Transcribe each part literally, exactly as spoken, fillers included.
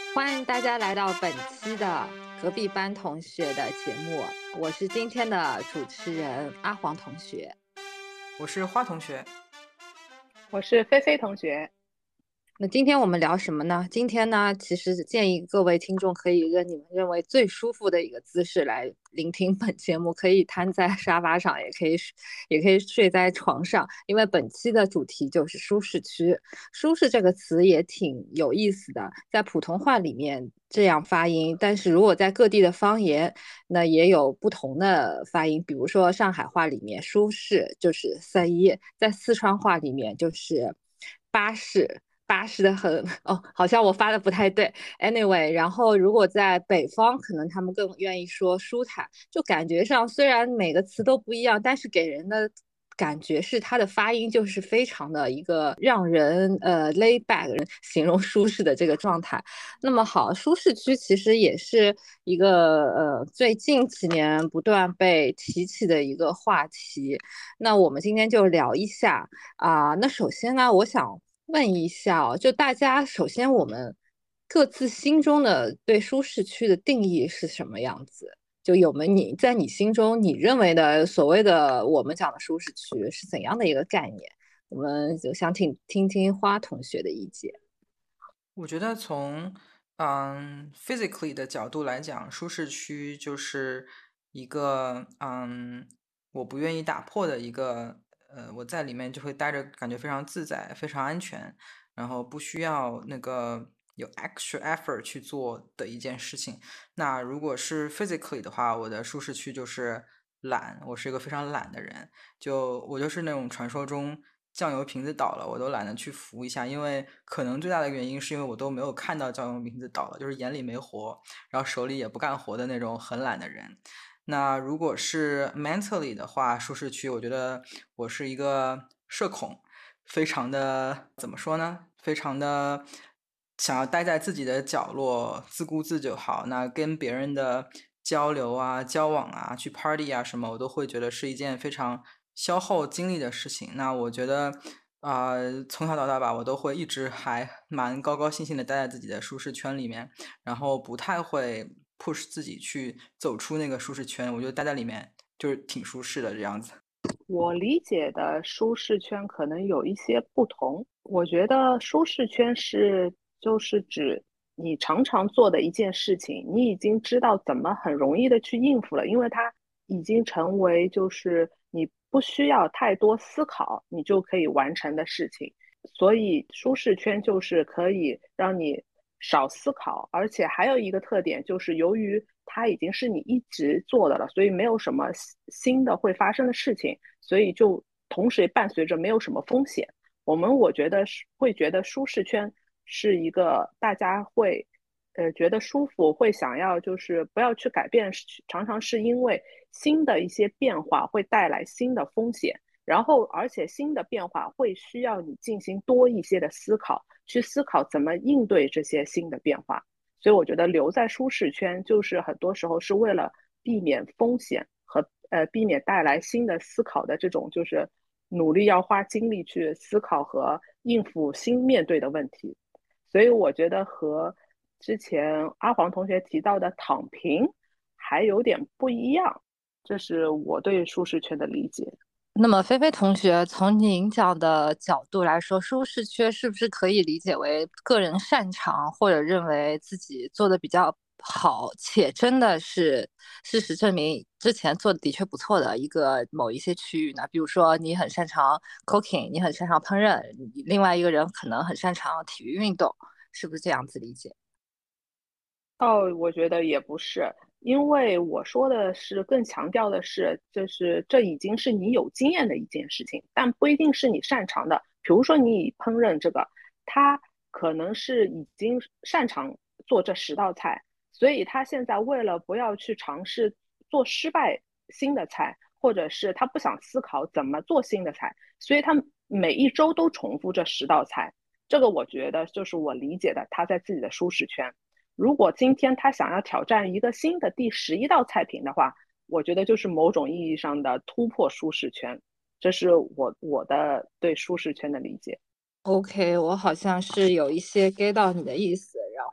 欢迎大家来到本期的隔壁班同学的节目，我是今天的主持人阿黄同学。 我是花同学。 我是菲菲同学。 那今天我们聊什么呢？今天呢，其实建议各位听众可以用你们认为最舒服的一个姿势来聆听本节目，可以瘫在沙发上，也可以也可以睡在床上，因为本期的主题就是舒适区。舒适这个词也挺有意思的，在普通话里面这样发音，但是如果在各地的方言，那也有不同的发音。比如说上海话里面舒适就是三一，在四川话里面就是巴适。巴适的很哦，好像我发的不太对。Anyway，然后如果在北方，可能他们更愿意说舒坦，就感觉上虽然每个词都不一样，但是给人的感觉是它的发音就是非常的一个让人呃 lay back 形容舒适的这个状态。那么好，舒适区其实也是一个呃最近几年不断被提起的一个话题。那我们今天就聊一下啊、呃那首先呢，我想问一下哦，就大家首先我们各自心中的对舒适区的定义是什么样子？就有没有你在你心中你认为的所谓的我们讲的舒适区是怎样的一个概念？我们就想听听听花同学的意见。 我觉得从嗯 physically 的角度来讲，舒适区就是一个嗯我不愿意打破的一个呃我在里面就会待着感觉非常自在、非常安全，然后不需要那个有 extra effort 去做的一件事情。那如果是 physically 的话，我的舒适区就是懒，我是一个非常懒的人，就我就是那种传说中酱油瓶子倒了，我都懒得去扶一下，因为可能最大的原因是因为我都没有看到酱油瓶子倒了，就是眼里没活，然后手里也不干活的那种很懒的人。那如果是 mentally 的话，舒适区，我觉得我是一个社恐，非常的怎么说呢？非常的想要待在自己的角落，自顾自就好。那跟别人的交流啊、交往啊、去 party 啊什么，我都会觉得是一件非常消耗精力的事情。那我觉得，啊、呃从小到大吧，我都会一直还蛮高高兴兴的待在自己的舒适圈里面，然后不太会 push 自己去走出那个舒适圈。我觉得待在里面就是挺舒适的这样子。 我理解的舒适圈可能有一些不同。我觉得舒适圈是就是指你常常做的一件事情，你已经知道怎么很容易的去应付了，因为它已经成为就是你不需要太多思考，你就可以完成的事情。所以舒适圈就是可以让你少思考，而且还有一个特点就是由于它已经是你一直做的了，所以没有什么新的会发生的事情，所以就同时伴随着没有什么风险。我们我觉得是会觉得舒适圈是一个大家会呃觉得舒服，会想要就是不要去改变，常常是因为新的一些变化会带来新的风险。然后，而且新的变化会需要你进行多一些的思考，去思考怎么应对这些新的变化。所以，我觉得留在舒适圈，就是很多时候是为了避免风险和呃避免带来新的思考的这种，就是努力要花精力去思考和应付新面对的问题。所以，我觉得和之前阿黄同学提到的躺平还有点不一样，这是我对舒适圈的理解。 那么，菲菲同学，从您讲的角度来说，舒适圈是不是可以理解为个人擅长或者认为自己做的比较好，且真的是事实证明之前做的的确不错的一个某一些区域呢？比如说，你很擅长 cooking，你很擅长烹饪，另外一个人可能很擅长体育运动，是不是这样子理解？ 哦，我觉得也不是，因为我说的是更强调的是，就是这已经是你有经验的一件事情，但不一定是你擅长的。比如说你烹饪这个，他可能是已经擅长做这十道菜，所以他现在为了不要去尝试做失败新的菜，或者是他不想思考怎么做新的菜，所以他每一周都重复这十道菜。这个我觉得就是我理解的，他在自己的舒适圈。如果今天他想要挑战一个新的第十一道菜品的话，我觉得就是某种意义上的突破舒适圈，这是我我的对舒适圈的理解。 OK，我好像是有一些 get 到你的意思，然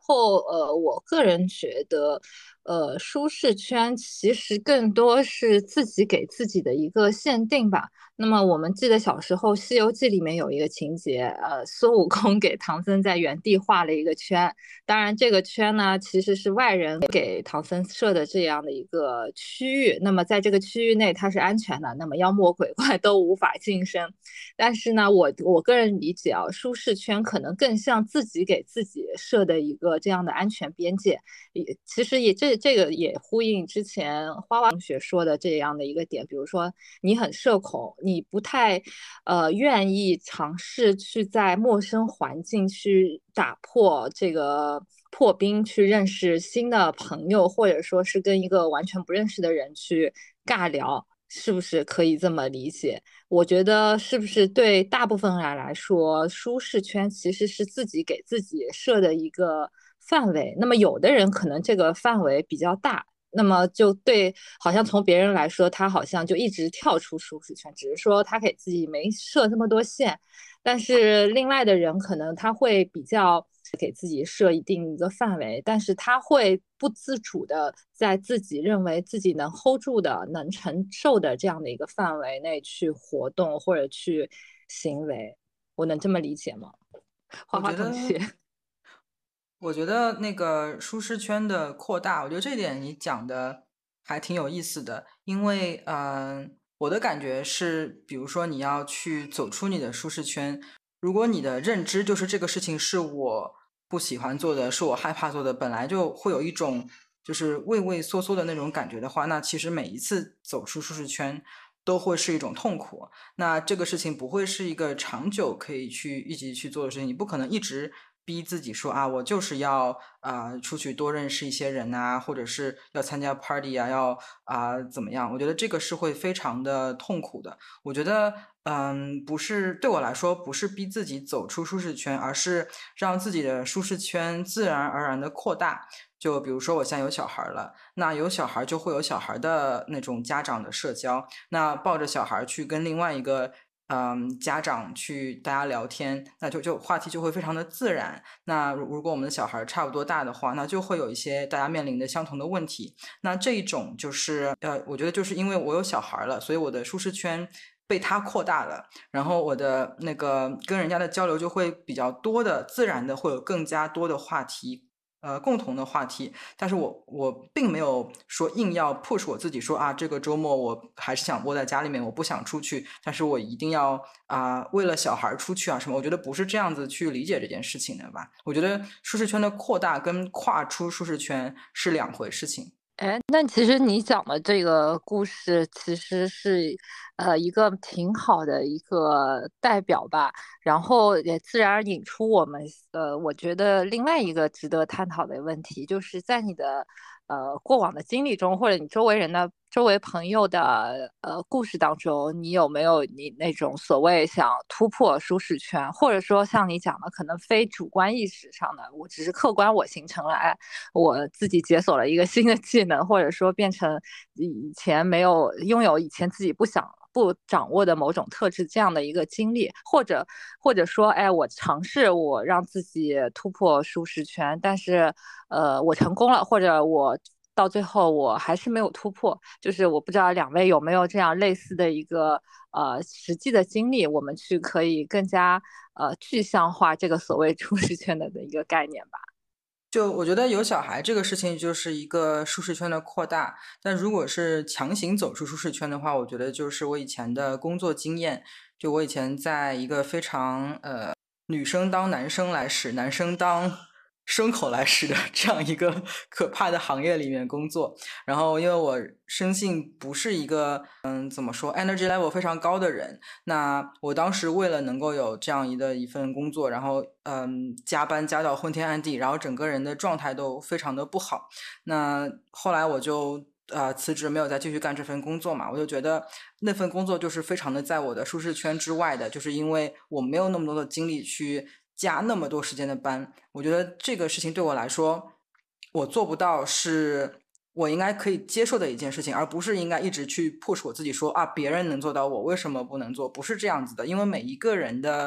后呃，我个人觉得，呃，舒适圈其实更多是自己给自己的一个限定吧。那么我们记得小时候《西游记》里面有一个情节，呃，孙悟空给唐僧在原地画了一个圈，当然这个圈呢其实是外人给唐僧设的这样的一个区域，那么在这个区域内它是安全的，那么妖魔鬼怪都无法近身。但是呢，我我个人理解啊，舒适圈可能更像自己给自己设的一个这样的安全边界。也其实也这这个也呼应之前花花同学说的这样的一个点，比如说你很社恐，你不太呃愿意尝试去在陌生环境去打破这个破冰，去认识新的朋友，或者说是跟一个完全不认识的人去尬聊。是不是可以这么理解？我觉得是不是对大部分人来说，舒适圈其实是自己给自己设的一个范围。那么有的人可能这个范围比较大，那么就对，好像从别人来说，他好像就一直跳出舒适圈，只是说他给自己没设那么多线。但是另外的人可能他会比较给自己设一定一个范围，但是他会不自主的在自己认为自己能 hold 住的、能承受的这样的一个范围内去活动或者去行为。我能这么理解吗？花花我觉得同学。 我觉得那个舒适圈的扩大，我觉得这点你讲的还挺有意思的，因为嗯、呃，我的感觉是，比如说你要去走出你的舒适圈，如果你的认知就是这个事情是我不喜欢做的，是我害怕做的，本来就会有一种就是畏畏缩缩的那种感觉的话，那其实每一次走出舒适圈都会是一种痛苦。那这个事情不会是一个长久可以去一直去做的事情，你不可能一直逼自己说啊，我就是要啊、呃、出去多认识一些人啊，或者是要参加 party 啊，要啊、呃、怎么样？我觉得这个是会非常的痛苦的。我觉得嗯，不是对我来说，不是逼自己走出舒适圈，而是让自己的舒适圈自然而然的扩大。就比如说我现在有小孩了，那有小孩就会有小孩的那种家长的社交，那抱着小孩去跟另外一个嗯家长去大家聊天，那就就话题就会非常的自然。那如果我们的小孩差不多大的话，那就会有一些大家面临的相同的问题。那这一种就是呃，我觉得就是因为我有小孩了，所以我的舒适圈被他扩大了，然后我的那个跟人家的交流就会比较多的，自然的会有更加多的话题。呃，共同的话题，但是我我并没有说硬要 push 我自己说啊，这个周末我还是想窝在家里面，我不想出去，但是我一定要啊、呃，为了小孩出去啊什么，我觉得不是这样子去理解这件事情的吧？我觉得舒适圈的扩大跟跨出舒适圈是两回事情。 哎，那其实你讲的这个故事，其实是，呃，一个挺好的一个代表吧，然后也自然而引出我们，呃，我觉得另外一个值得探讨的问题，就是在你的，呃，过往的经历中，或者你周围人的、周围朋友的，呃，故事当中，你有没有你那种所谓想突破舒适圈，或者说像你讲的，可能非主观意识上的，我只是客观我形成了，哎。我自己解锁了一个新的技能，或者说变成以前没有拥有以前自己不想不掌握的某种特质这样的一个经历，或者或者说，哎，我尝试我让自己突破舒适圈，但是呃，我成功了，或者我到最后我还是没有突破，就是我不知道两位有没有这样类似的一个呃实际的经历，我们去可以更加呃具象化这个所谓舒适圈的的一个概念吧。 就我觉得有小孩这个事情就是一个舒适圈的扩大，但如果是强行走出舒适圈的话，我觉得就是我以前的工作经验，就我以前在一个非常呃女生当男生来使，男生当牲口来使的这样一个可怕的行业里面工作。然后因为我生性不是一个嗯怎么说 energy level 非常高的人，那我当时为了能够有这样一的一份工作，然后嗯加班加到昏天暗地，然后整个人的状态都非常的不好。那后来我就呃辞职，没有再继续干这份工作嘛。我就觉得那份工作就是非常的在我的舒适圈之外的，就是因为我没有那么多的精力去加那么多时间的班。我觉得这个事情对我来说，我做不到是我应该可以接受的一件事情，而不是应该一直去 push 我自己说啊，别人能做到，我为什么不能做？不是这样子的，因为每一个人的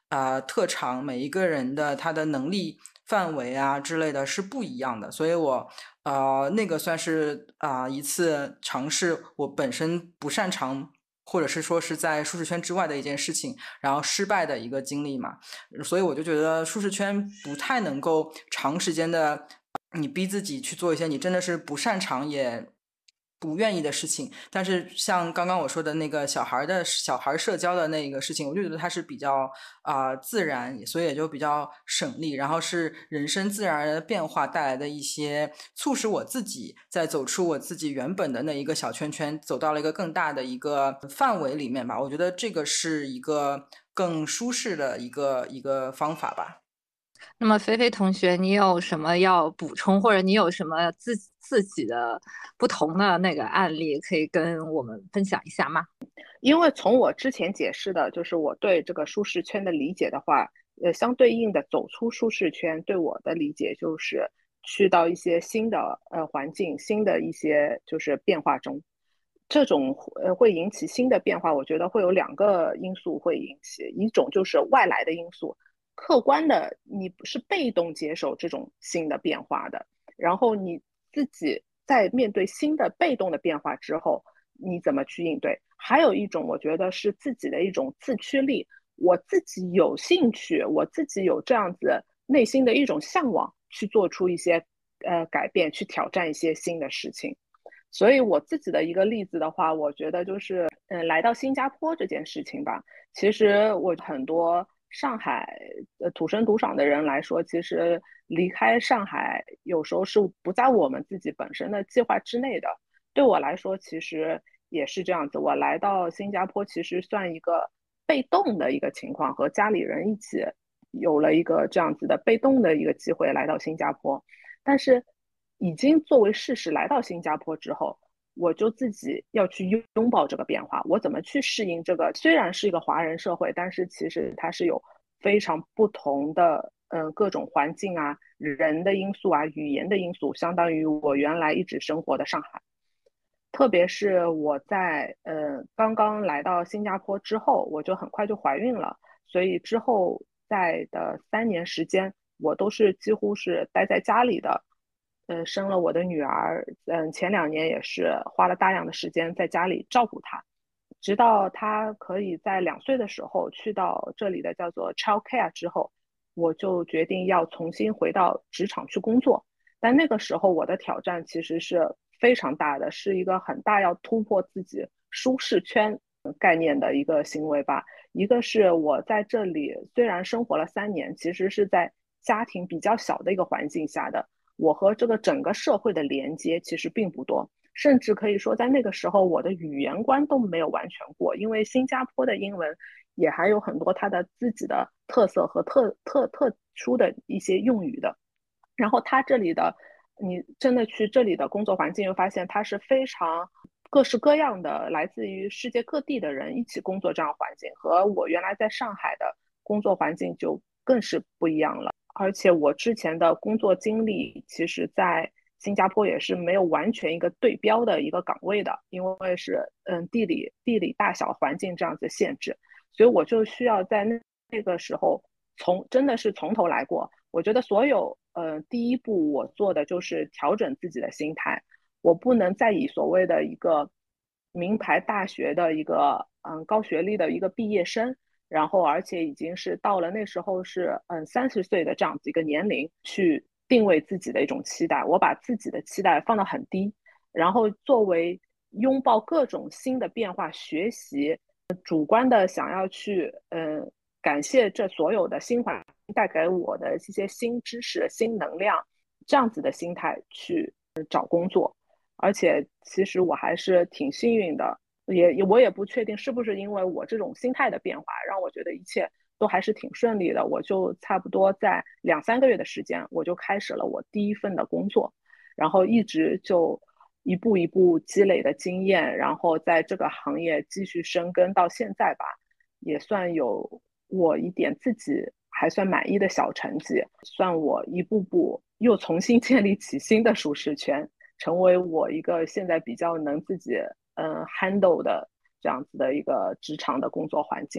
呃特长，每一个人的他的能力范围啊之类的是不一样的，所以我呃那个算是啊、呃、一次尝试我本身不擅长或者是说是在舒适圈之外的一件事情，然后失败的一个经历嘛。所以我就觉得舒适圈不太能够长时间的你逼自己去做一些你真的是不擅长也不愿意的事情。但是像刚刚我说的那个小孩的小孩社交的那个事情，我就觉得它是比较啊、呃、自然，所以也就比较省力，然后是人生自然而然的变化带来的一些促使我自己在走出我自己原本的那一个小圈圈，走到了一个更大的一个范围里面吧。我觉得这个是一个更舒适的一个一个方法吧。 那么菲菲同学，你有什么要补充，或者你有什么自自己的不同的那个案例可以跟我们分享一下吗？ 因为从我之前解释的，就是我对这个舒适圈的理解的话，呃，相对应的走出舒适圈，对我的理解就是去到一些新的呃环境、新的一些就是变化中。这种呃会引起新的变化，我觉得会有两个因素会引起，一种就是外来的因素，客观的你是被动接受这种新的变化的，然后你自己在面对新的被动的变化之后，你怎么去应对？还有一种，我觉得是自己的一种自驱力，我自己有兴趣，我自己有这样子内心的一种向往，去做出一些呃改变，去挑战一些新的事情。所以我自己的一个例子的话，我觉得就是，嗯，来到新加坡这件事情吧。其实我很多上海呃土生土长的人来说，其实离开上海有时候是不在我们自己本身的计划之内的。对我来说，其实也是这样子。我来到新加坡，其实算一个被动的一个情况，和家里人一起有了一个这样子的被动的一个机会来到新加坡。但是已经作为事实来到新加坡之后，我就自己要去拥抱这个变化，我怎么去适应这个？虽然是一个华人社会，但是其实它是有非常不同的，嗯、呃，各种环境啊、人的因素啊、语言的因素，相当于我原来一直生活的上海。特别是我在呃刚刚来到新加坡之后，我就很快就怀孕了，所以之后在的三年时间，我都是几乎是待在家里的。呃，生了我的女儿，嗯，前两年也是花了大量的时间在家里照顾她，直到她可以在两岁的时候去到这里的叫做 child care 之后，我就决定要重新回到职场去工作。但那个时候我的挑战其实是非常大的，是一个很大要突破自己舒适圈概念的一个行为吧。一个是我在这里虽然生活了三年，其实是在家庭比较小的一个环境下的，我和这个整个社会的连接其实并不多，甚至可以说在那个时候我的语言关都没有完全过，因为新加坡的英文也还有很多它的自己的特色和特特特殊的一些用语的。然后他这里的，你真的去这里的工作环境，又发现它是非常各式各样的，来自于世界各地的人一起工作，这样环境和我原来在上海的工作环境就更是不一样了。而且我之前的工作经历，其实在新加坡也是没有完全一个对标的一个岗位的，因为是嗯地理地理大小环境这样子限制，所以我就需要在那那个时候从真的是从头来过。我觉得所有呃第一步我做的就是调整自己的心态，我不能再以所谓的一个名牌大学的一个嗯高学历的一个毕业生，然后而且已经是到了那时候是嗯三十岁的这样子一个年龄去定位自己的一种期待，我把自己的期待放得很低，然后作为拥抱各种新的变化，学习主观的想要去嗯、呃、感谢这所有的新环境带给我的一些新知识、新能量，这样子的心态去找工作。而且其实我还是挺幸运的，也我也不确定是不是因为我这种心态的变化，让我觉得一切都还是挺顺利的。我就差不多在两三个月的时间，我就开始了我第一份的工作，然后一直就一步一步积累的经验，然后在这个行业继续深耕到现在吧，也算有我一点自己还算满意的小成绩，算我一步步又重新建立起新的舒适圈。成为我一个现在比较能自己嗯 handle 的这样子的一个职场的工作环境。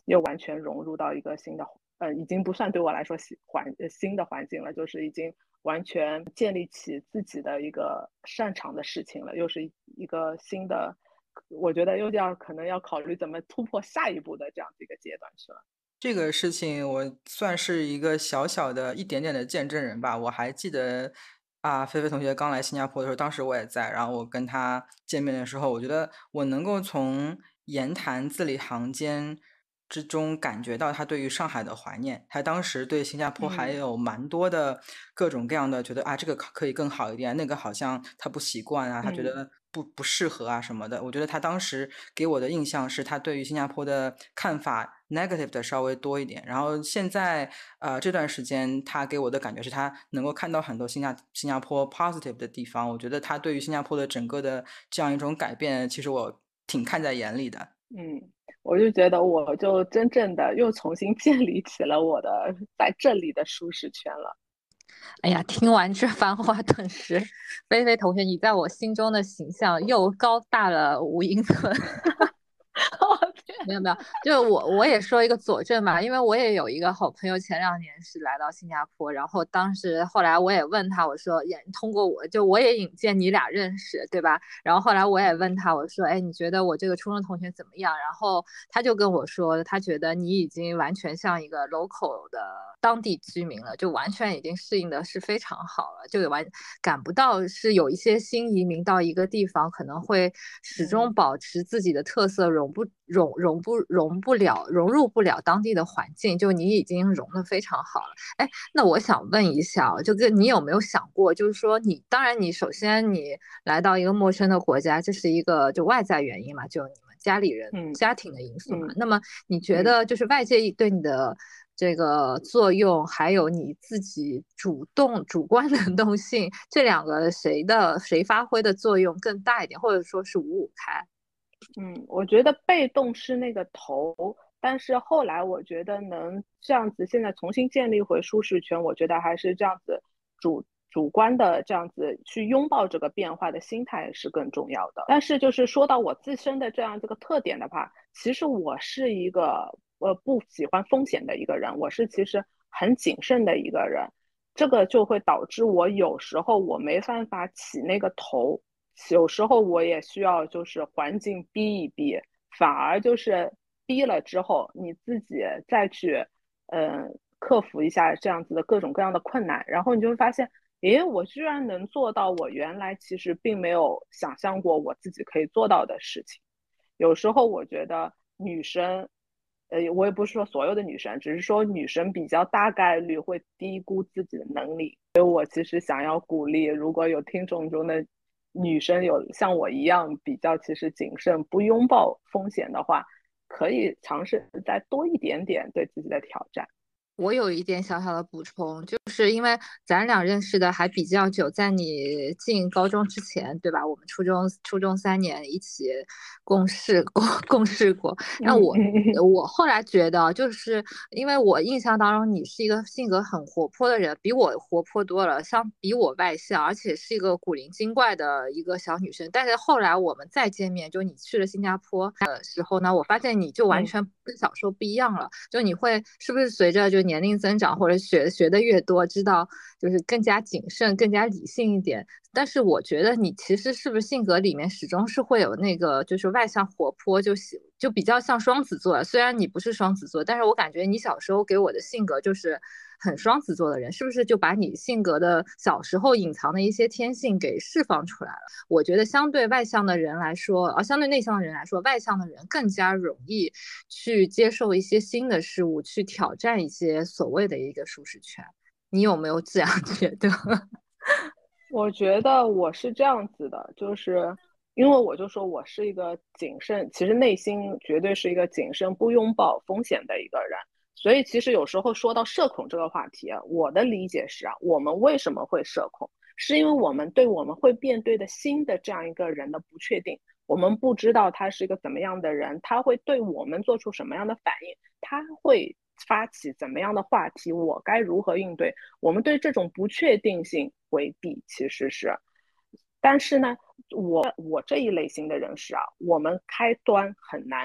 又完全融入到一个新的呃，已经不算对我来说新环新的环境了，就是已经完全建立起自己的一个擅长的事情了，又是一个新的，我觉得又要可能要考虑怎么突破下一步的这样的一个阶段去了。 这个事情我算是一个小小的一点点的见证人吧。我还记得啊，菲菲同学刚来新加坡的时候，当时我也在，然后我跟他见面的时候，我觉得我能够从言谈字里行间之中感觉到他对于上海的怀念。他当时对新加坡还嗯有蛮多的各种各样的觉得啊，这个可可以更好一点，那个好像他不习惯啊，他觉嗯得不不适合啊什么的。我觉得他当时给我的印象是他对于新加坡的看法 negative 的稍微多一点。然后现在呃这段时间他给我的感觉是他能够看到很多新加新加坡 positive 的地方。我觉得他对于新加坡的整个的这样一种改变，其实我挺看在眼里的。 嗯，我就觉得我就真正的又重新建立起了我的在这里的舒适圈了。 哎呀，听完这番话，顿时，菲菲同学，你在我心中的形象又高大了五英寸。 我天， 没有没有，就我我也说一个佐证嘛，因为我也有一个好朋友，前两年是来到新加坡，然后当时后来我也问他，我说也通过我就我也引荐你俩认识，对吧？然后后来我也问他，我说哎，你觉得我这个初中同学怎么样？然后他就跟我说，他觉得你已经完全像一个 local 的当地居民了，就完全已经适应的是非常好了，就完感不到是有一些新移民到一个地方可能会始终嗯保持自己的特色，融不融融不融不了融入不了当地的环境，就你已经融得非常好了。哎，那我想问一下，就跟你有没有想过，就是说你当然你首先你来到一个陌生的国家，这是一个就外在原因嘛，就你们家里人嗯家庭的因素嘛。 嗯那么你觉嗯。 得就是外界对你的这个作用，还有你自己主动主观能动性，这两个谁的谁发挥的作用更大一点，或者说是五五开？ 嗯，我觉得被动是那个头，但是后来我觉得能这样子现在重新建立回舒适圈，我觉得还是这样子主主观的这样子去拥抱这个变化的心态是更重要的。但是就是说到我自身的这样这个特点的话，其实我是一个呃不喜欢风险的一个人，我是其实很谨慎的一个人，这个就会导致我有时候我没办法起那个头。有时候我也需要就是环境逼一逼，反而就是逼了之后，你自己再去，嗯，克服一下这样子的各种各样的困难，然后你就会发现，诶，我居然能做到我原来其实并没有想象过我自己可以做到的事情。有时候我觉得女生，呃，我也不是说所有的女生，只是说女生比较大概率会低估自己的能力。所以我其实想要鼓励，如果有听众中的女生有像我一样比较其实谨慎、不拥抱风险的话，可以尝试再多一点点对自己的挑战。 我有一点小小的补充，就是因为咱俩认识的还比较久，在你进高中之前，对吧？我们初中初中三年一起共事过，共事过。然后嗯我嗯我后来觉得，就是因为我印象当中你是一个性格很活泼的人，比我活泼多了，相比我外向，而且是一个古灵精怪的一个小女生。但是后来我们再见面，就你去了新加坡的时候呢，我发现你就完嗯全跟小时候不一样了。就你会是不是随着就年龄增长或者学学的越多，知道就是更加谨慎、更加理性一点。但是我觉得你其实是不是性格里面始终是会有那个就是外向活泼，就喜就比较像双子座。虽然你不是双子座，但是我感觉你小时候给我的性格就是很双子座的人，是不是就把你性格的小时候隐藏的一些天性给释放出来了？我觉得相对外向的人来说，啊，相对内向的人来说，外向的人更加容易去接受一些新的事物，去挑战一些所谓的一个舒适圈。你有没有这样觉得？ 我觉得我是这样子的，就是因为我就说我是一个谨慎，其实内心绝对是一个谨慎、不拥抱风险的一个人。所以其实有时候说到社恐这个话题啊，我的理解是啊，我们为什么会社恐，是因为我们对我们会面对的新的这样一个人的不确定，我们不知道他是一个怎么样的人，他会对我们做出什么样的反应，他会发起怎么样的话题，我该如何应对？我们对这种不确定性回避其实是，但是呢，我我这一类型的人士啊，我们开端很难，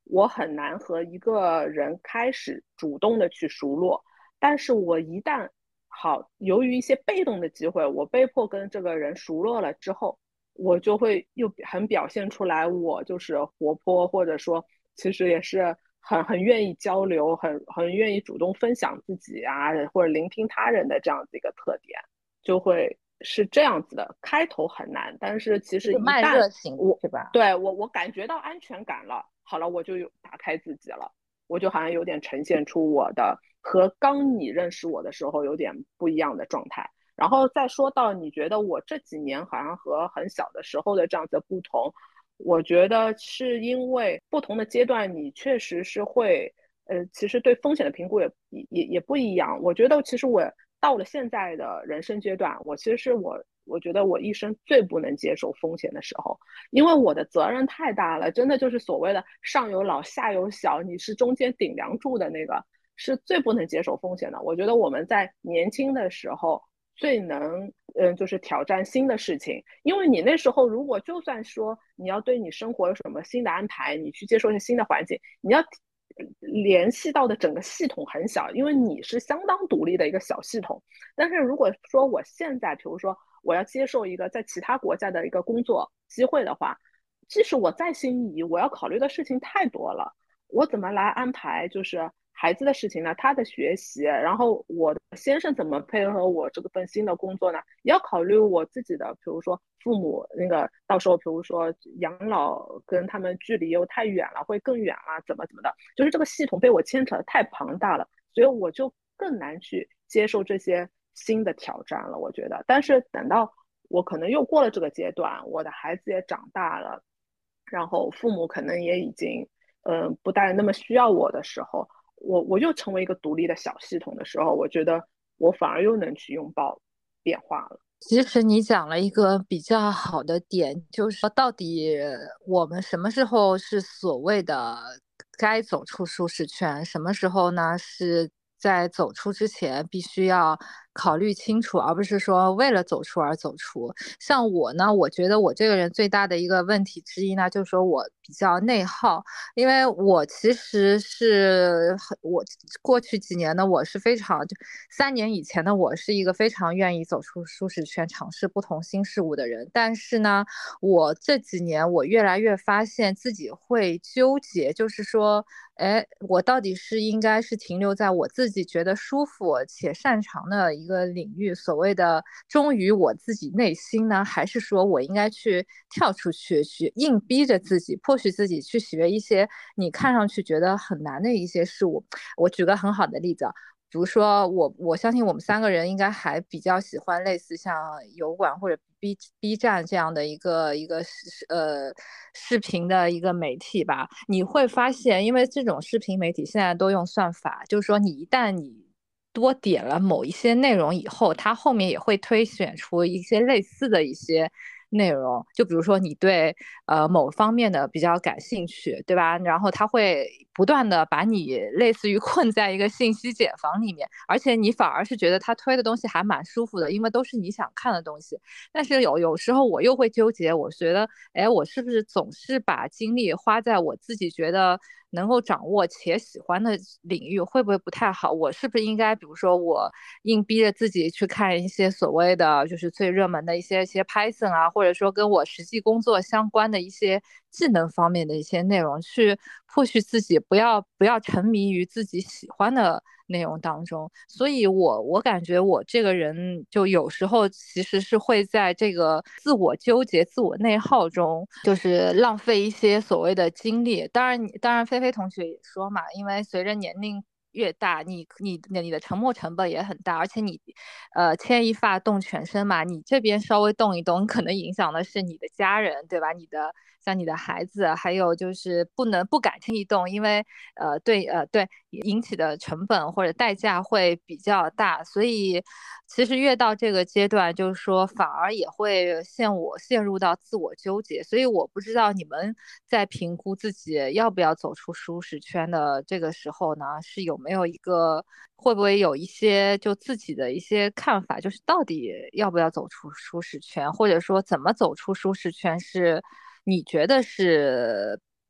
我很难和一个人开始主动的去熟络，但是我一旦好，由于一些被动的机会，我被迫跟这个人熟络了之后，我就会又很表现出来，我就是活泼，或者说其实也是很很愿意交流，很很愿意主动分享自己啊，或者聆听他人的这样子一个特点，就会是这样子的。开头很难，但是其实就慢一旦热型我是吧？ 对我我感觉到安全感了，好了，我就有打开自己了，我就好像有点呈现出我的和刚你认识我的时候有点不一样的状态。然后再说到你觉得我这几年好像和很小的时候的这样子的不同，我觉得是因为不同的阶段，你确实是会，呃，其实对风险的评估也也也不一样。我觉得其实我到了现在的人生阶段，我其实是我我觉得我一生最不能接受风险的时候，因为我的责任太大了，真的就是所谓的上有老下有小，你是中间顶梁柱的那个，是最不能接受风险的。我觉得我们在年轻的时候最能，嗯，就是挑战新的事情，因为你那时候如果就算说你要对你生活有什么新的安排，你去接受一些新的环境，你要联系到的整个系统很小，因为你是相当独立的一个小系统。但是如果说我现在，比如说我要接受一个在其他国家的一个工作机会的话，即使我再心仪，我要考虑的事情太多了。我怎么来安排就是孩子的事情呢？他的学习，然后我的先生怎么配合我这个份新的工作呢？也要考虑我自己的，比如说父母那个到时候，比如说养老跟他们距离又太远了，会更远了，怎么怎么的，就是这个系统被我牵扯的太庞大了，所以我就更难去接受这些新的挑战了。我觉得，但是等到我可能又过了这个阶段，我的孩子也长大了，然后父母可能也已经嗯、呃不再那么需要我的时候，我我又成为一个独立的小系统的时候，我觉得我反而又能去拥抱变化了。 其实你讲了一个比较好的点，就是说到底我们什么时候是所谓的该走出舒适圈，什么时候呢是在走出之前必须要考虑清楚，而不是说为了走出而走出。像我呢，我觉得我这个人最大的一个问题之一呢，就是说我比较内耗，因为我其实是很我过去几年呢，我是非常就三年以前的我是一个非常愿意走出舒适圈、尝试不同新事物的人。但是呢，我这几年我越来越发现自己会纠结，就是说，哎，我到底是应该是停留在我自己觉得舒服且擅长的一个领域，所谓的忠于我自己内心呢，还是说我应该去跳出去，去硬逼着自己，迫使自己去学一些你看上去觉得很难的一些事物？我举个很好的例子啊，比如说我我相信我们三个人应该还比较喜欢类似像油管或者 B B 站这样的一个一个呃视频的一个媒体吧。你会发现，因为这种视频媒体现在都用算法，就是说你一旦你多点了某一些内容以后，它后面也会推选出一些类似的一些内容，就比如说你对呃某方面的比较感兴趣，对吧？然后它会不断的把你类似于困在一个信息茧房里面，而且你反而是觉得它推的东西还蛮舒服的，因为都是你想看的东西。但是有有时候我又会纠结，我觉得，哎，我是不是总是把精力花在我自己觉得能够掌握且喜欢的领域，会不会不太好？我是不是应该，比如说我硬逼着自己去看一些所谓的就是最热门的一些一些 Python 啊，或者说跟我实际工作相关的一些技能方面的一些内容，去迫使自己不要不要沉迷于自己喜欢的内容当中。所以我我感觉我这个人就有时候其实是会在这个自我纠结、自我内耗中，就是浪费一些所谓的精力。当然，当然，菲菲同学也说嘛，因为随着年龄越大，你你你的沉没成本也很大，而且你，呃，牵一发动全身嘛，你这边稍微动一动，可能影响的是你的家人，对吧？你的像你的孩子，还有就是不能不敢轻易动，因为呃对呃对引起的成本或者代价会比较大，所以其实越到这个阶段，就是说反而也会陷我陷入到自我纠结，所以我不知道你们在评估自己要不要走出舒适圈的这个时候呢，是有没有一个会不会有一些就自己的一些看法，就是到底要不要走出舒适圈，或者说怎么走出舒适圈是你觉得是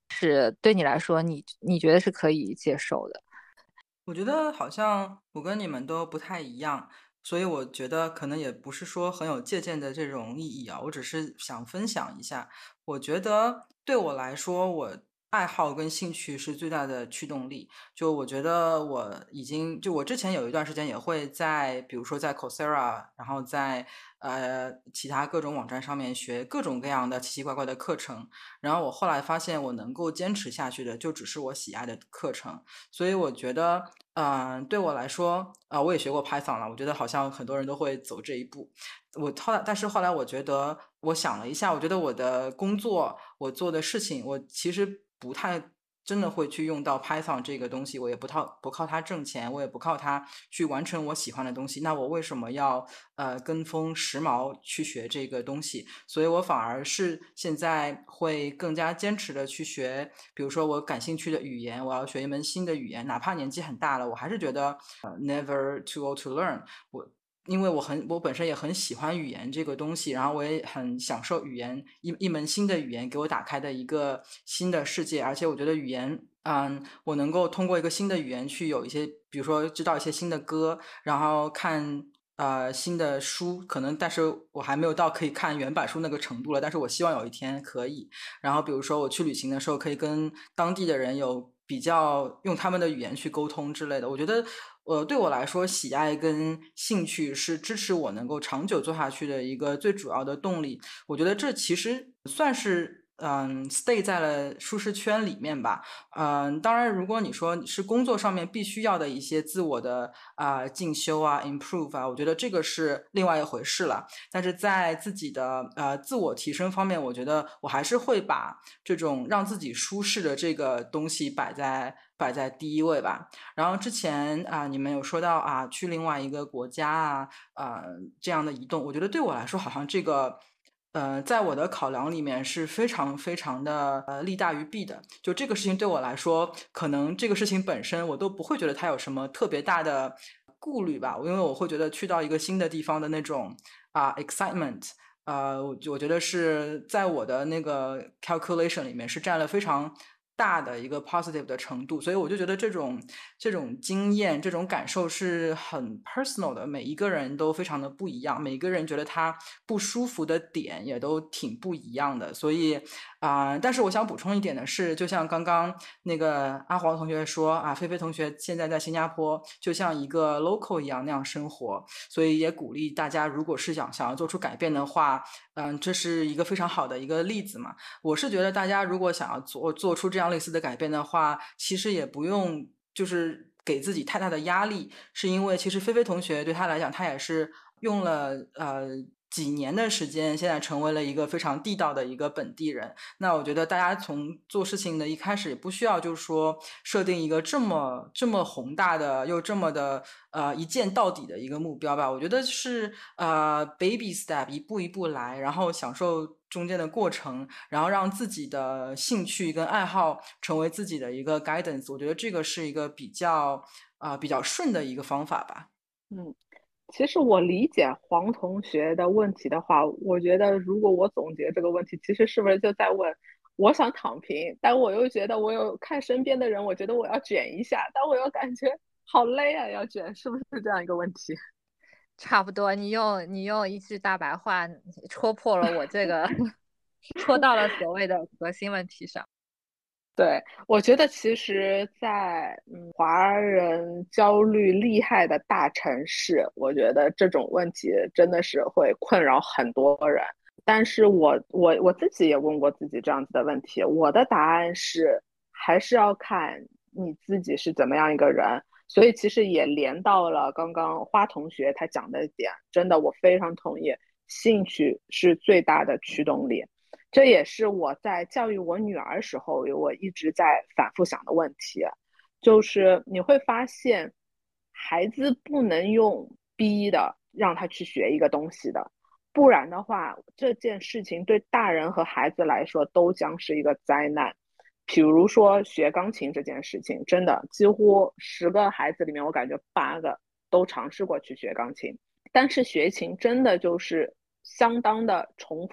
是对你来说你你觉得是可以接受的？ 我觉得好像我跟你们都不太一样，所以我觉得可能也不是说很有借鉴的这种意义啊，我只是想分享一下。我觉得对我来说，我爱好跟兴趣是最大的驱动力。就我觉得我已经，就我之前有一段时间也会在，比如说在 Coursera，然后在呃其他各种网站上面学各种各样的奇奇怪怪的课程，然后我后来发现我能够坚持下去的就只是我喜爱的课程。所以我觉得，嗯、呃，对我来说，啊、呃，我也学过 Python 了。我觉得好像很多人都会走这一步。我后来，但是后来我觉得，我想了一下，我觉得我的工作，我做的事情，我其实不太真的会去用到 Python 这个东西。我也不靠不靠它挣钱，我也不靠它去完成我喜欢的东西。那我为什么要呃跟风时髦去学这个东西？所以我反而是现在会更加坚持的去学，比如说我感兴趣的语言，我要学一门新的语言，哪怕年纪很大了，我还是觉得呃 never too old to learn。我因为我很我本身也很喜欢语言这个东西，然后我也很享受语言一一门新的语言给我打开的一个新的世界。而且我觉得语言，嗯，我能够通过一个新的语言去有一些，比如说知道一些新的歌，然后看呃新的书，可能但是我还没有到可以看原版书那个程度了，但是我希望有一天可以。然后比如说我去旅行的时候，可以跟当地的人有比较，用他们的语言去沟通之类的。我觉得呃对我来说，喜爱跟兴趣是支持我能够长久做下去的一个最主要的动力。我觉得这其实算是嗯 stay 在了舒适圈里面吧。嗯，当然如果你说是工作上面必须要的一些自我的啊、呃、进修啊 improve 啊，我觉得这个是另外一回事了。但是在自己的呃自我提升方面，我觉得我还是会把这种让自己舒适的这个东西摆在摆在第一位吧。然后之前啊、呃，你们有说到啊，去另外一个国家啊，啊、呃、这样的移动，我觉得对我来说，好像这个。呃，在我的考量里面是非常非常的呃利大于弊的。就这个事情对我来说，可能这个事情本身我都不会觉得它有什么特别大的顾虑吧，因为我会觉得去到一个新的地方的那种啊、uh, excitement，呃，我我觉得是在我的那个 calculation 里面是占了非常大的一个 positive 的程度，所以我就觉得这种这种经验、这种感受是很 personal 的，每一个人都非常的不一样，每一个人觉得他不舒服的点也都挺不一样的，所以啊、呃，但是我想补充一点的是，就像刚刚那个阿黄同学说啊，菲菲同学现在在新加坡就像一个 local 一样那样生活，所以也鼓励大家，如果是想想要做出改变的话，嗯，这是一个非常好的一个例子嘛。我是觉得大家如果想要做做出这样类似的改变的话，其实也不用就是给自己太大的压力，是因为其实菲菲同学对他来讲，他也是用了呃几年的时间，现在成为了一个非常地道的一个本地人。那我觉得大家从做事情的一开始也不需要就是说设定一个这么这么宏大的又这么的呃一键到底的一个目标吧。我觉得是呃 baby step 一步一步来，然后享受中间的过程，然后让自己的兴趣跟爱好成为自己的一个 guidance。我觉得这个是一个比较啊、呃、比较顺的一个方法吧。 嗯。其实我理解黄同学的问题的话，我觉得如果我总结这个问题，其实是不是就在问，我想躺平，但我又觉得我有看身边的人，我觉得我要卷一下，但我又感觉好累啊，要卷，是不是这样一个问题？ 差不多，你用你用一句大白话戳破了我这个，戳到了所谓的核心问题上。 对，我觉得其实在，嗯华人焦虑厉害的大城市，我觉得这种问题真的是会困扰很多人。但是我我我自己也问过自己这样子的问题，我的答案是还是要看你自己是怎么样一个人。所以其实也连到了刚刚花同学他讲的点，真的我非常同意，兴趣是最大的驱动力。这也是我在教育我女儿时候，我一直在反复想的问题，就是你会发现，孩子不能用逼的让他去学一个东西的，不然的话，这件事情对大人和孩子来说都将是一个灾难。比如说学钢琴这件事情，真的几乎十个孩子里面，我感觉八个都尝试过去学钢琴，但是学琴真的就是相当的重复。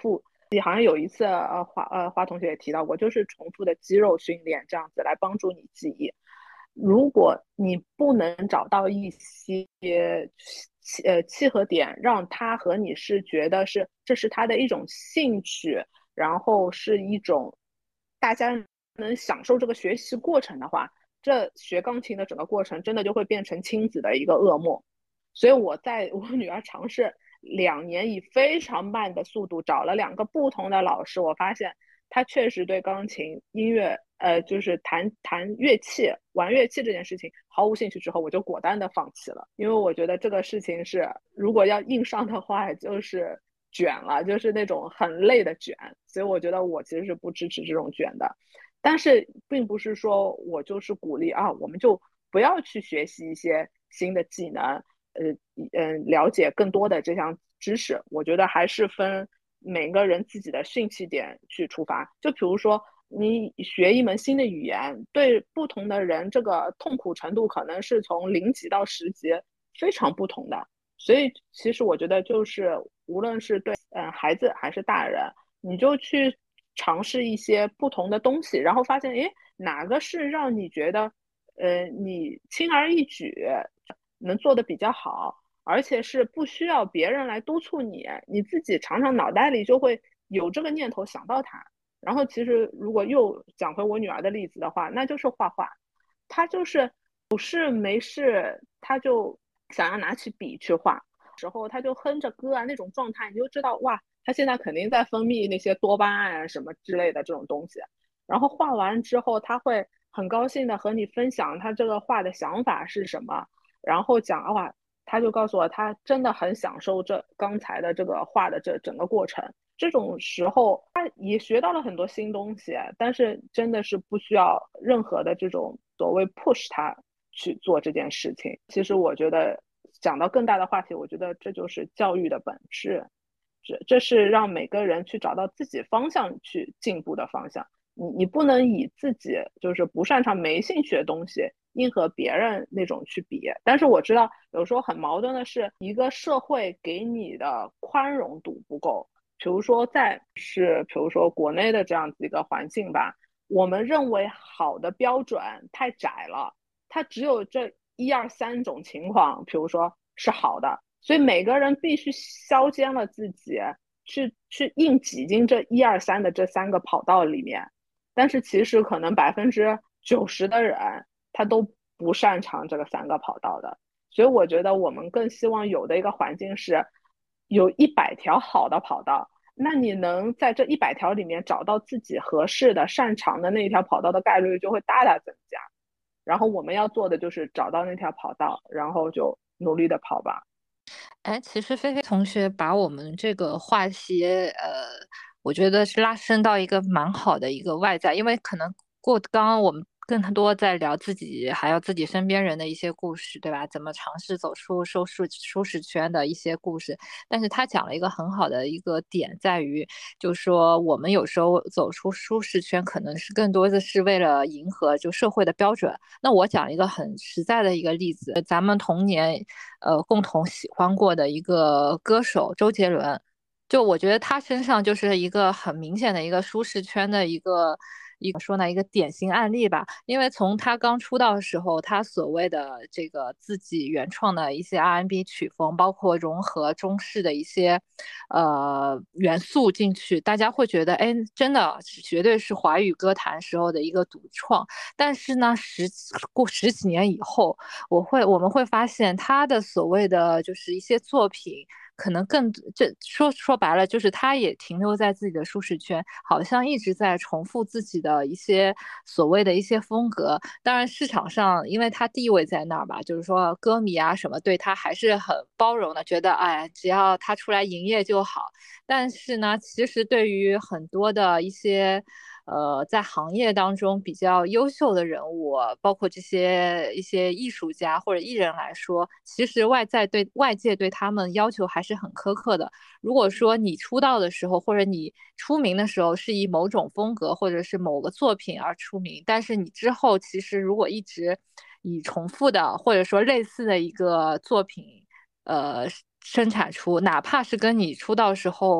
好像有一次呃华呃华同学也提到过，就是重复的肌肉训练这样子来帮助你记忆。如果你不能找到一些契呃契合点，让他和你是觉得是这是他的一种兴趣，然后是一种大家能享受这个学习过程的话，这学钢琴的整个过程真的就会变成亲子的一个噩梦。所以我在我女儿尝试两年以非常慢的速度找了两个不同的老师，我发现她确实对钢琴音乐，呃，就是弹弹乐器、玩乐器这件事情毫无兴趣。之后，我就果断的放弃了，因为我觉得这个事情是如果要硬上的话，就是卷了，就是那种很累的卷。所以我觉得我其实是不支持这种卷的。但是并不是说我就是鼓励啊，我们就不要去学习一些新的技能，呃嗯、呃，了解更多的这项知识。我觉得还是分每个人自己的兴趣点去出发。就比如说你学一门新的语言，对不同的人这个痛苦程度可能是从零级到十级非常不同的。所以其实我觉得就是无论是对嗯、呃、孩子还是大人，你就去尝试一些不同的东西，然后发现诶哪个是让你觉得呃你轻而易举能做的比较好，而且是不需要别人来督促你，你自己常常脑袋里就会有这个念头想到它。然后其实如果又讲回我女儿的例子的话，那就是画画。她就是有事没事，她就想要拿起笔去画，时候她就哼着歌啊，那种状态你就知道哇，她现在肯定在分泌那些多巴胺啊什么之类的这种东西。然后画完之后，她会很高兴的和你分享她这个画的想法是什么，然后讲哇，他就告诉我，他真的很享受这刚才的这个画的这整个过程。这种时候，他也学到了很多新东西，但是真的是不需要任何的这种所谓 push 他去做这件事情。其实我觉得，讲到更大的话题，我觉得这就是教育的本质，这这是让每个人去找到自己方向去进步的方向。你你不能以自己就是不擅长、没兴趣的东西硬和别人那种去比。但是我知道有时候很矛盾的是，一个社会给你的宽容度不够。比如说在是比如说国内的这样子一个环境吧，我们认为好的标准太窄了，它只有这一二三种情况，比如说是好的，所以每个人必须削尖了自己去去硬挤进这一二三的这三个跑道里面。但是其实可能百分之九十的人他都不擅长这个三个跑道的。所以我觉得我们更希望有的一个环境是有一百条好的跑道，那你能在这一百条里面找到自己合适的擅长的那一条跑道的概率就会大大增加。然后我们要做的就是找到那条跑道，然后就努力的跑吧。 哎，其实菲菲同学把我们这个话题，呃，我觉得是拉伸到一个蛮好的一个外在，因为可能过刚刚我们更多在聊自己，还有自己身边人的一些故事，对吧？怎么尝试走出舒适舒适圈的一些故事。但是他讲了一个很好的一个点，在于就是说我们有时候走出舒适圈，可能是更多的是为了迎合就社会的标准。那我讲一个很实在的一个例子，咱们童年呃共同喜欢过的一个歌手周杰伦，就我觉得他身上就是一个很明显的一个舒适圈的一个一个说呢一个典型案例吧。因为从他刚出道的时候，他所谓的这个自己原创的一些 R and B 曲风，包括融合中式的一些呃元素进去，大家会觉得哎，真的绝对是华语歌坛时候的一个独创。但是呢，十过十几年以后，我会我们会发现他的所谓的就是一些作品。可能更这说说白了，就是他也停留在自己的舒适圈，好像一直在重复自己的一些所谓的一些风格。当然，市场上因为他地位在那儿吧，就是说歌迷啊什么对他还是很包容的，觉得哎，只要他出来营业就好。但是呢，其实对于很多的一些呃在行业当中比较优秀的人物，包括这些一些艺术家或者艺人来说，其实外在对外界对他们要求还是很苛刻的。如果说你出道的时候或者你出名的时候是以某种风格或者是某个作品而出名，但是你之后其实如果一直以重复的或者说类似的一个作品呃生产出，哪怕是跟你出道时候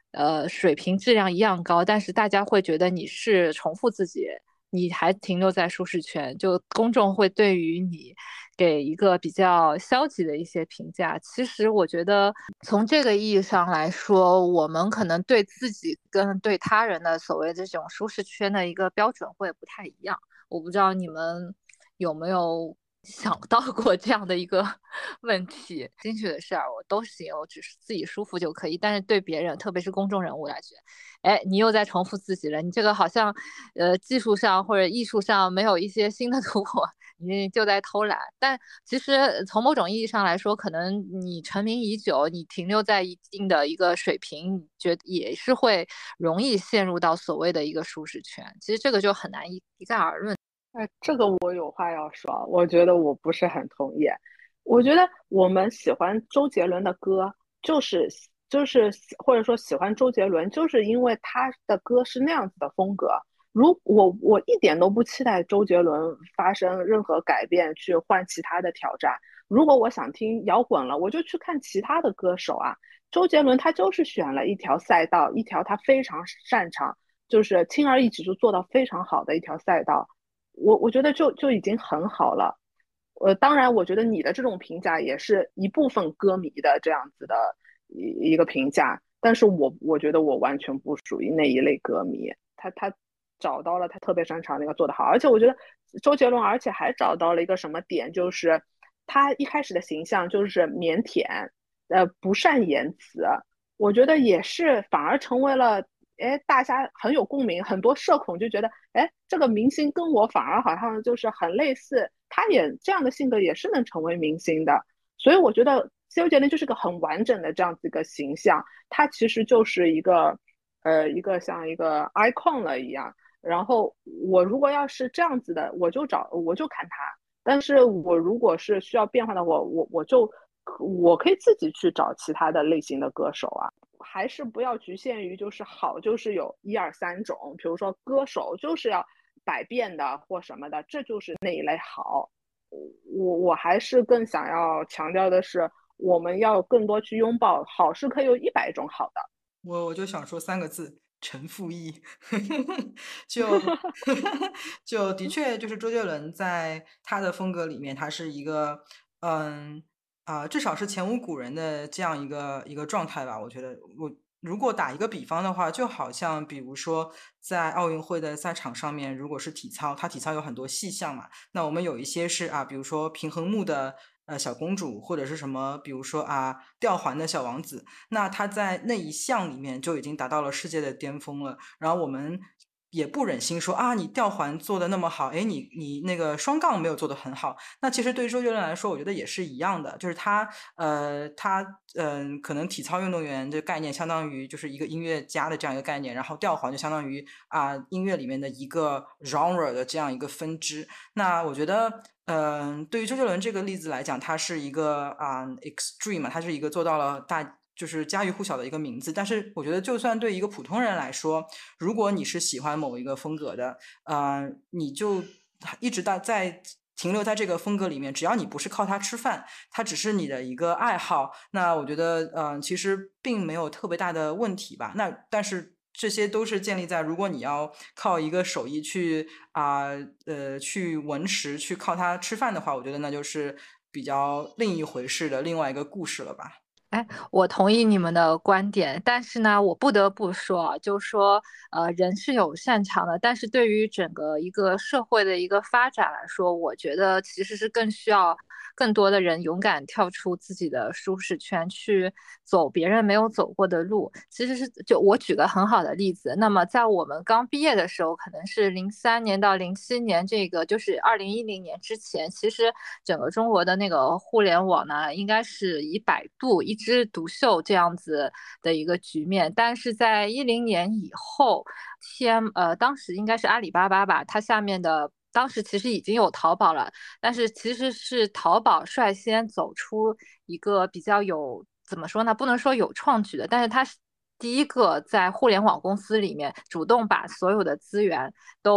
呃水平质量一样高，但是大家会觉得你是重复自己，你还停留在舒适圈，就公众会对于你给一个比较消极的一些评价。其实我觉得从这个意义上来说，我们可能对自己跟对他人的所谓这种舒适圈的一个标准会不太一样。我不知道你们有没有想到过这样的一个问题。进去的事儿我都行，我只是自己舒服就可以，但是对别人，特别是公众人物来说，哎，你又在重复自己了，你这个好像呃技术上或者艺术上没有一些新的突破，你就在偷懒。但其实从某种意义上来说，可能你成名已久，你停留在一定的一个水平，觉得也是会容易陷入到所谓的一个舒适圈。其实这个就很难一一概而论。 哎，这个我有话要说，我觉得我不是很同意。我觉得我们喜欢周杰伦的歌，就是就是或者说喜欢周杰伦，就是因为他的歌是那样子的风格。如我我一点都不期待周杰伦发生任何改变，去换其他的挑战。如果我想听摇滚了，我就去看其他的歌手啊。周杰伦他就是选了一条赛道，一条他非常擅长，就是轻而易举就做到非常好的一条赛道。我我觉得就就已经很好了。呃，当然，我觉得你的这种评价也是一部分歌迷的这样子的一一个评价，但是我我觉得我完全不属于那一类歌迷。他他找到了他特别擅长那个做得好，而且我觉得周杰伦，而且还找到了一个什么点，就是他一开始的形象就是腼腆，呃，不善言辞，我觉得也是反而成为了。哎，大家很有共鸣，很多社恐就觉得，哎，这个明星跟我反而好像就是很类似，他也这样的性格也是能成为明星的。所以我觉得周杰伦就是个很完整的这样子一个形象，他其实就是一个，呃，一个像一个 icon 了一样。然后我如果要是这样子的，我就找我就看他。但是我如果是需要变化的话，我我就我可以自己去找其他的类型的歌手啊。还是不要局限于就是好就是有一二三种，比如说歌手就是要百变的或什么的，这就是那一类好。我我还是更想要强调的是，我们要更多去拥抱好是可以有一百种好的。 我我就想说三个字：陈复义。就就的确就是周杰伦在他的风格里面，他是一个嗯啊、至少是前无古人的这样一个一个状态吧。我觉得我如果打一个比方的话，就好像比如说在奥运会的赛场上面，如果是体操，它体操有很多细项嘛，那我们有一些是啊，比如说平衡木的呃小公主，或者是什么，比如说啊吊环的小王子，那他在那一项里面就已经达到了世界的巅峰了。然后我们也不忍心说啊，你吊环做的那么好，哎，你你那个双杠没有做得很好。那其实对于周杰伦来说，我觉得也是一样的，就是他呃他嗯、呃、可能体操运动员这概念相当于就是一个音乐家的这样一个概念，然后吊环就相当于啊、呃、音乐里面的一个 genre 的这样一个分支。那我觉得。嗯、呃，对于周杰伦这个例子来讲，他是一个啊、呃、extreme 嘛，他是一个做到了大就是家喻户晓的一个名字。但是我觉得，就算对一个普通人来说，如果你是喜欢某一个风格的，呃，你就一直在在停留在这个风格里面，只要你不是靠它吃饭，它只是你的一个爱好，那我觉得，嗯、呃，其实并没有特别大的问题吧。那但是。这些都是建立在如果你要靠一个手艺去啊 呃, 呃去文食去靠它吃饭的话，我觉得那就是比较另一回事的另外一个故事了吧。 哎，我同意你们的观点，但是呢，我不得不说啊，就说，呃，人是有擅长的，但是对于整个一个社会的一个发展来说，我觉得其实是更需要更多的人勇敢跳出自己的舒适圈，去走别人没有走过的路。其实是，就我举个很好的例子，那么在我们刚毕业的时候，可能是零三年到零七年，这个就是二零一零年之前，其实整个中国的那个互联网呢，应该是以百度一枝独秀这样子的一个局面。但是在一零年以后，T M 呃，当时应该是阿里巴巴吧，它下面的当时其实已经有淘宝了，但是其实是淘宝率先走出一个比较有怎么说呢，不能说有创举的，但是它是第一个在互联网公司里面主动把所有的资源都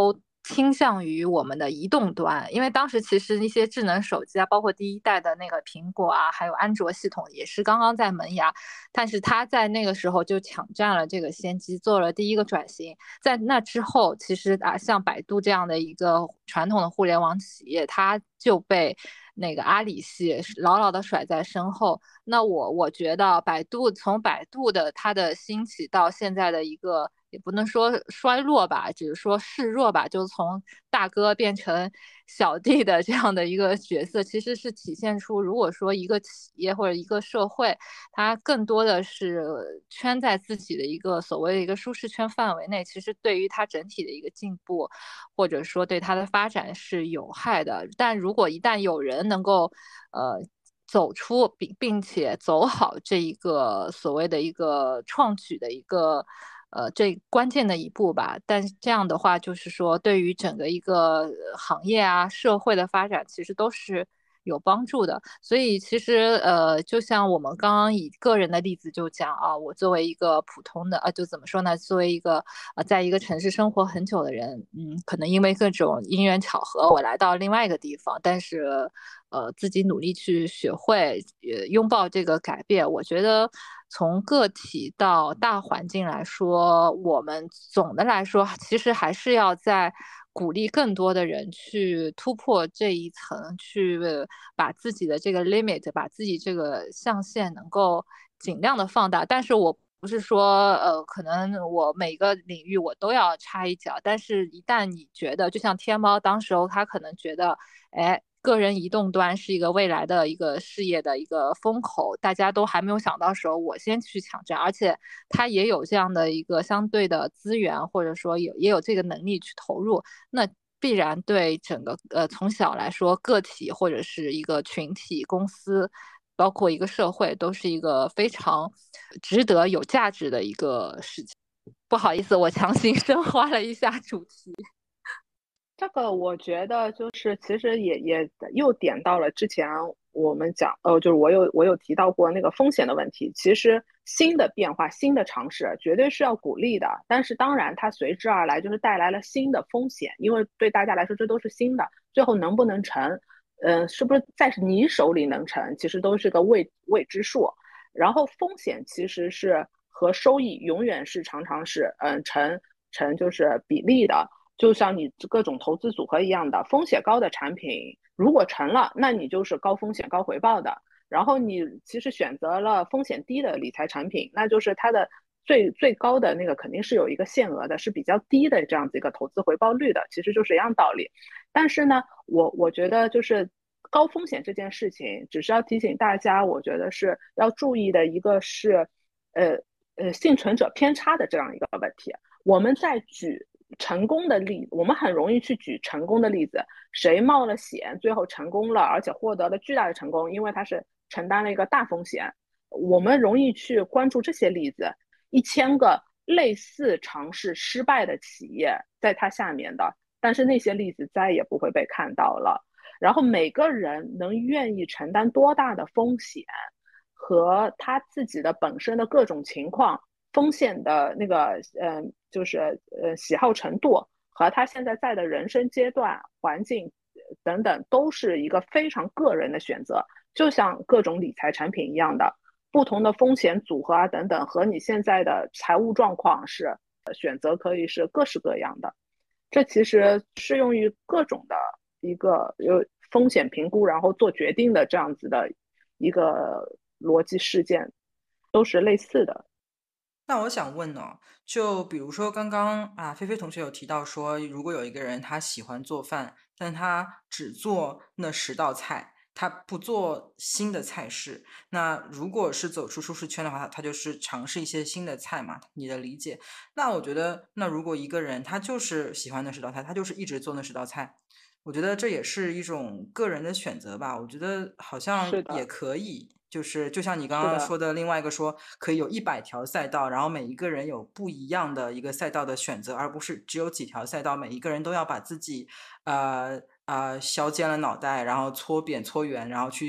倾向于我们的移动端，因为当时其实一些智能手机啊，包括第一代的那个苹果啊，还有安卓系统也是刚刚在萌芽，但是它在那个时候就抢占了这个先机，做了第一个转型。在那之后，其实啊，像百度这样的一个传统的互联网企业，它就被那个阿里系牢牢的甩在身后。那我我觉得百度从百度的它的兴起到现在的一个也不能说衰落吧，只是说示弱吧，就从大哥变成小弟的这样的一个角色，其实是体现出如果说一个企业或者一个社会，它更多的是圈在自己的一个所谓的一个舒适圈范围内，其实对于它整体的一个进步，或者说对它的发展是有害的。但如果一旦有人能够呃走出并并且走好这一个所谓的一个创举的一个呃这关键的一步吧，但这样的话就是说对于整个一个行业啊社会的发展其实都是有帮助的。所以其实呃就像我们刚刚以个人的例子就讲啊，我作为一个普通的啊就怎么说呢，作为一个呃在一个城市生活很久的人，嗯，可能因为各种因缘巧合我来到另外一个地方，但是呃自己努力去学会呃拥抱这个改变。我觉得从个体到大环境来说，我们总的来说其实还是要在鼓励更多的人去突破这一层，去把自己的这个 limit，把自己这个象限能够尽量的放大。但是我不是说，呃，可能我每个领域我都要插一脚，但是一旦你觉得，就像天猫当时候，他可能觉得，哎，个人移动端是一个未来的一个事业的一个风口，大家都还没有想到时候，我先去抢占，而且他也有这样的一个相对的资源，或者说有也有这个能力去投入，那必然对整个呃从小来说，个体或者是一个群体、公司，包括一个社会，都是一个非常值得、有价值的一个事情。不好意思，我强行深化了一下主题。 这个我觉得就是其实也也又点到了之前我们讲，呃，就是我有我有提到过那个风险的问题。其实新的变化、新的尝试绝对是要鼓励的，但是当然它随之而来就是带来了新的风险，因为对大家来说这都是新的，最后能不能成，嗯、呃，是不是在你手里能成，其实都是个未未知数。然后风险其实是和收益永远是常常是嗯成成就是比例的。就像你各种投资组合一样的，风险高的产品如果成了，那你就是高风险高回报的。然后你其实选择了风险低的理财产品，那就是它的最最高的那个肯定是有一个限额的，是比较低的这样子一个投资回报率的，其实就是一样道理。但是呢，我我觉得就是高风险这件事情，只是要提醒大家，我觉得是要注意的一个是，呃呃幸存者偏差的这样一个问题。我们在举成功的例子，我们很容易去举成功的例子，谁冒了险，最后成功了，而且获得了巨大的成功，因为他是承担了一个大风险。我们容易去关注这些例子，一千个类似尝试失败的企业在它下面的，但是那些例子再也不会被看到了。然后每个人能愿意承担多大的风险，和他自己的本身的各种情况、风险的那个，嗯、呃，就是呃喜好程度和他现在在的人生阶段、环境等等，都是一个非常个人的选择。就像各种理财产品一样的，不同的风险组合啊等等，和你现在的财务状况是选择可以是各式各样的。这其实适用于各种的一个有风险评估，然后做决定的这样子的一个逻辑事件，都是类似的。 那我想问哦，就比如说刚刚啊，菲菲同学有提到说，如果有一个人他喜欢做饭，但他只做那十道菜，他不做新的菜式，那如果是走出舒适圈的话，他就是尝试一些新的菜嘛？你的理解？那我觉得，那如果一个人他就是喜欢那十道菜，他就是一直做那十道菜，我觉得这也是一种个人的选择吧。我觉得好像也是的， 可以。就是就像你刚是的， 刚说的，另外一个说可以有一百条赛道，然后每一个人有不一样的一个赛道的选择，而不是只有几条赛道，每一个人都要把自己呃呃削尖了脑袋，然后搓扁搓圆，然后去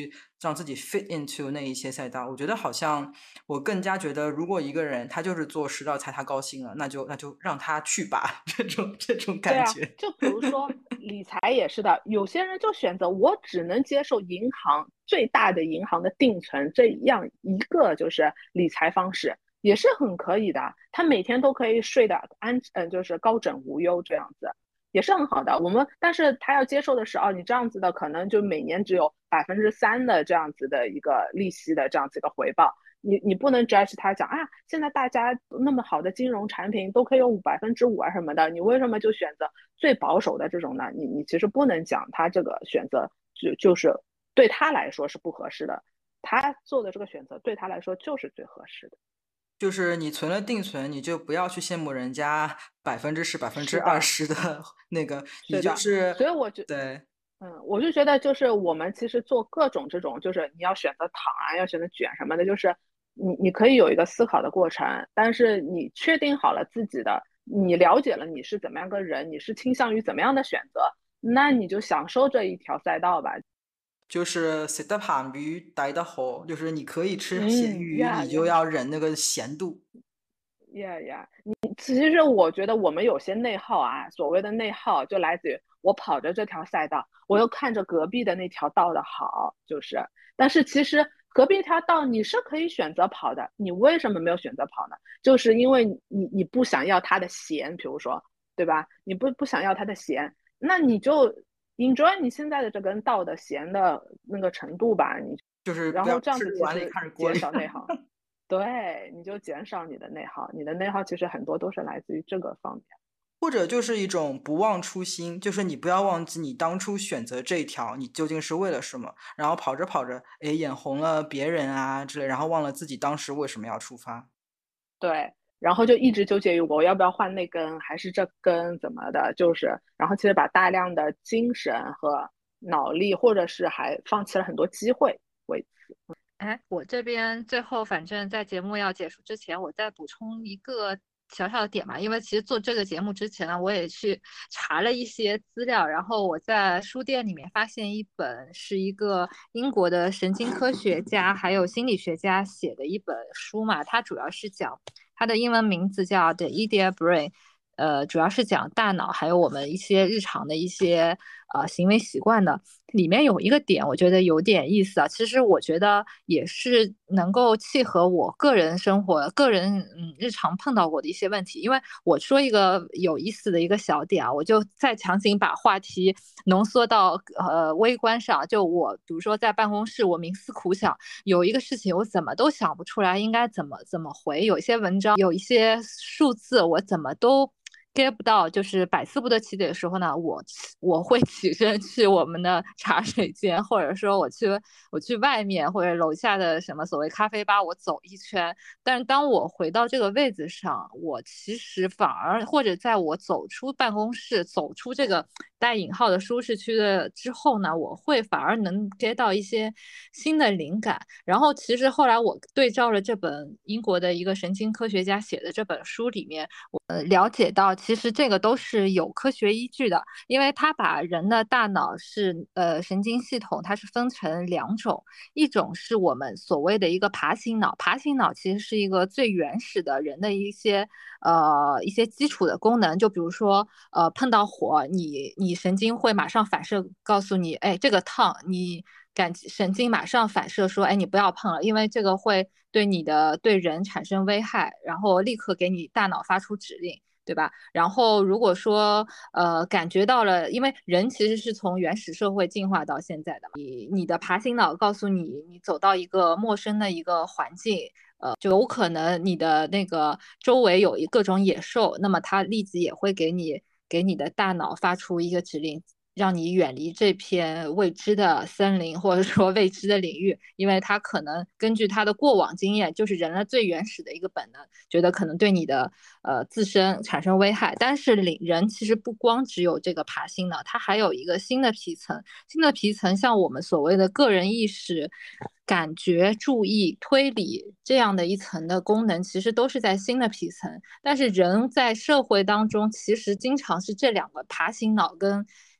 让自己 fit into 那一些赛道。我觉得好像我更加觉得，如果一个人他就是做十道菜他高兴了，那就那就让他去吧，这种这种对啊， 感觉。 就比如说理财也是的，有些人就选择我只能接受银行最大的银行的定存这样一个就是理财方式，也是很可以的。他每天都可以睡得安，嗯，就是高枕无忧这样子，也是很好的。我们但是他要接受的是，哦，你这样子的可能就每年只有百分之三的这样子的一个利息的这样子一个回报。你你不能 judge 他讲啊，现在大家那么好的金融产品都可以有百分之五啊什么的，你为什么就选择最保守的这种呢？你你其实不能讲他这个选择就就是对他来说是不合适的，他做的这个选择对他来说就是最合适的。 就是你存了定存，你就不要去羡慕人家百分之十、百分之是的， 二十的那个，你是的， 就是所以我觉对。 嗯，我就觉得就是我们其实做各种这种，就是你要选择躺啊，要选择卷什么的，就是你你可以有一个思考的过程，但是你确定好了自己的，你了解了你是怎么样个人，你是倾向于怎么样的选择，那你就享受这一条赛道吧。 就是食得鹹魚抵得渴，就是你可以吃鹹嗯魚， 呀呀你就要忍那个鹹度。 呀呀，你其实我觉得我们有些内耗啊，所谓的内耗就来自于我跑着这条赛道，我又看着隔壁的那条道的好，就是，但是其实隔壁一条道你是可以选择跑的，你为什么没有选择跑呢？就是因为你你不想要它的咸，比如说，对吧？你不不想要它的咸，那你就 enjoy 你现在的这根道的咸的那个程度吧，你， 就是不要然后这样吃碗里子其实减看着锅里。 少内耗。对，你就减少你的内耗，你的内耗其实很多都是来自于这个方面。 或者就是一种不忘初心，就是你不要忘记你当初选择这一条，你究竟是为了什么。然后跑着跑着，哎，眼红了别人啊之类，然后忘了自己当时为什么要出发。 对，然后就一直纠结于我要不要换那根还是这根怎么的，就是，然后其实把大量的精神和脑力，或者是还放弃了很多机会为此。 哎，我这边最后反正在节目要结束之前，我再补充一个小小的点嘛，因为其实做这个节目之前呢，我也去查了一些资料，然后我在书店里面发现一本是一个英国的神经科学家还有心理学家写的一本书嘛，它主要是讲它的英文名字叫《The Idiot Brain》。呃，主要是讲大脑，还有我们一些日常的一些呃行为习惯的。里面有一个点，我觉得有点意思啊。其实我觉得也是能够契合我个人生活、个人嗯日常碰到过的一些问题。因为我说一个有意思的一个小点啊，我就再强行把话题浓缩到呃微观上。就我比如说在办公室，我冥思苦想，有一个事情我怎么都想不出来应该怎么怎么回，有一些文章有一些数字我怎么都get 不到，就是百思不得其解的时候呢，我我会起身去我们的茶水间，或者说我去我去外面或者楼下的什么所谓咖啡吧，我走一圈。但是当我回到这个位子上，我其实反而或者在我走出办公室，走出这个带引号的舒适区的之后呢，我会反而能 get 到一些新的灵感。然后其实后来我对照了这本英国的一个神经科学家写的这本书里面，我了解到其实这个都是有科学依据的，因为他把人的大脑是呃神经系统，它是分成两种，一种是我们所谓的一个爬行脑，爬行脑其实是一个最原始的人的一些呃一些基础的功能，就比如说呃碰到火，你你神经会马上反射告诉你，哎这个烫，你感神经马上反射说，哎你不要碰了，因为这个会对你的对人产生危害，然后立刻给你大脑发出指令。对吧？然后如果说呃感觉到了，因为人其实是从原始社会进化到现在的，你你的爬行脑告诉你，你走到一个陌生的一个环境，呃，就有可能你的那个周围有一各种野兽，那么它立即也会给你给你的大脑发出一个指令，让你远离这片未知的森林或者说未知的领域，因为它可能根据它的过往经验，就是人类最原始的一个本能，觉得可能对你的呃自身产生危害。但是人其实不光只有这个爬行脑，它还有一个新的皮层，新的皮层像我们所谓的个人意识、感觉、注意、推理这样的一层的功能，其实都是在新的皮层。但是人在社会当中，其实经常是这两个爬行脑跟